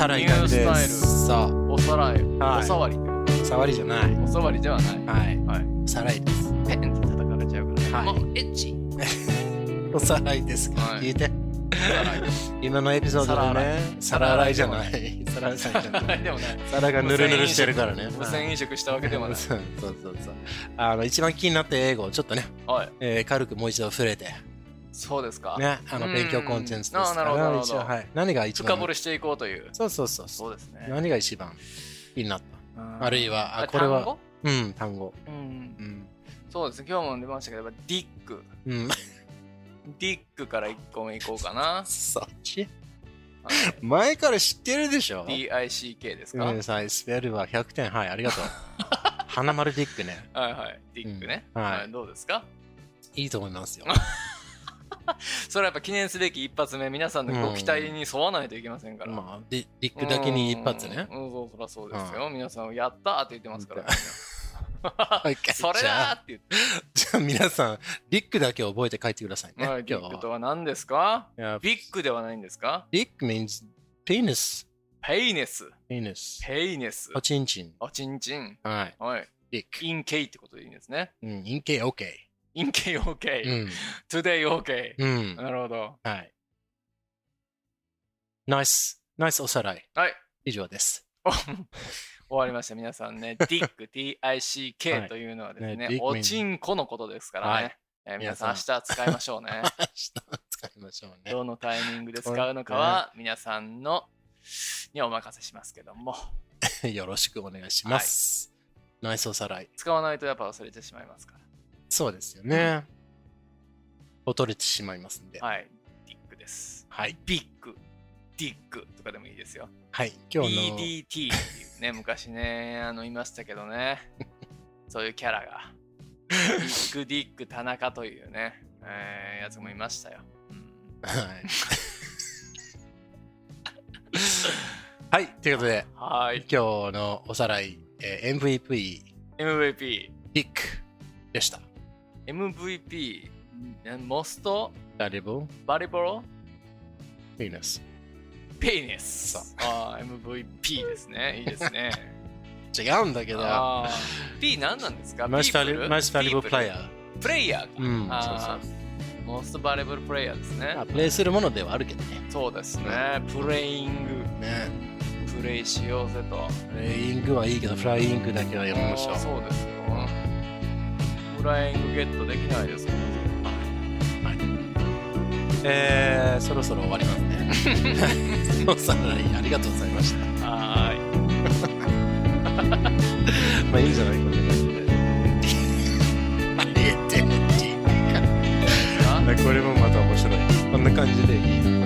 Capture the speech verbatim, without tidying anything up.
さらいタイムです。 ニュースタイル。 そう。 おさらい。 はいおさわり。 おさわりじゃない。 おさわりではない。 はい。 はい。 おさらいです。 ペンって叩かれちゃうからね。 はい。 もうエッチ。 おさらいです。はい、聞いて。今のエピソードでね、皿洗いじゃない。皿洗いじゃない。 でもね。 皿がぬるぬるしてるからね。 無線飲食したわけでもない。 そうそうそうそう。あの、一番気になった英語をちょっとね、 はい。 えー、軽くもう一度触れて。 そうですか。 ね、あの、勉強コンテンツですから。 あ、なるほど、なるほど。 はい。何が一番。 深掘りしていこうという。 そうそうそう。 そうですね。 何が一番気になった。あるいは、あ、これは。 単語？ うん、単語。 うん。うん。そうですね。今日も出ましたけど、ディック。 うん。 ディックからいっこめいこうかな。 そっち、はい、前から知ってるでしょ。 ディーアイシーケー ですか。 うん、スペルはひゃくてん。はい、ありがとう。花丸ディックね。 はいはい。ディックね。 うん、はい、 はい。どうですか。 いいと思いますよ。 それはやっぱ記念すべき一発目、皆さんのご期待に沿わないといけませんから。 うん、まあ、ディックだけに一発ね。 うん、そう、そりゃそうですよ。うん、皆さん、やったーって言ってますから。 それだーって言って。 じゃあ皆さん、ディックだけ覚えて帰ってくださいね。 はい、ディックとは何ですか？ビッグではないんですか？ ディック means penis。 ペイネス。 ペイネス。 ペイネス。 おちんちん。 おちんちん。 はい。 はい。 ディック。 インケイってことでいいんですね。 うん、インケイ OK。 インケイ OK。 うん。 トゥデイ OK。 うん。 なるほど。 はい。ナイス。ナイスおさらい。 はい。 以上です。 終わりました。皆さんね、ディック、ディーアイシーケー というのはですね、ねおちんこのことですからね。はいえー、皆さん、明日使いましょうね。 明日使いましょうね。 どのタイミングで使うのかは、皆さんのにお任せしますけども。 よろしくお願いします。はい、ナイスおさらい。 使わないとやっぱ忘れてしまいますから。 そうですよね。劣れてしまいますんで。 はい。ディックです。 はい。 ビッグ。ディックとかでもいいですよ。 はい。今日のイーディーティー っていうね、昔ね、あの、いましたけどね。そういうキャラが。ディック・ディック・田中というね、えー、やつもいましたよ。うん、 はい。はい。ということで、 はい。 今日のおさらい、えー、エムブイピー。 エムブイピー。ディックでした。 エムブイピー、モストバリブルバリブルペイネス。 ペイネス。ああ、エムブイピー ですね。いいですね。 違うんだけど。 P 何なんですか？ Most valuable player。 プレイヤーか。 うん、そうそう。Most valuable player ですね。 プレイするものではあるけどね。 そうですね。プレイング。 ね。 プレイしようぜと。 プレイングはいいけど、フライングだけはやめましょう。 そうですよ。フライングゲットできないですから。 はい。えー、そろそろ終わりますね。おさらいありがとうございました。 はーい。 まあいいんじゃないこれで。ありがとう。これもまた面白い。こんな感じでいい。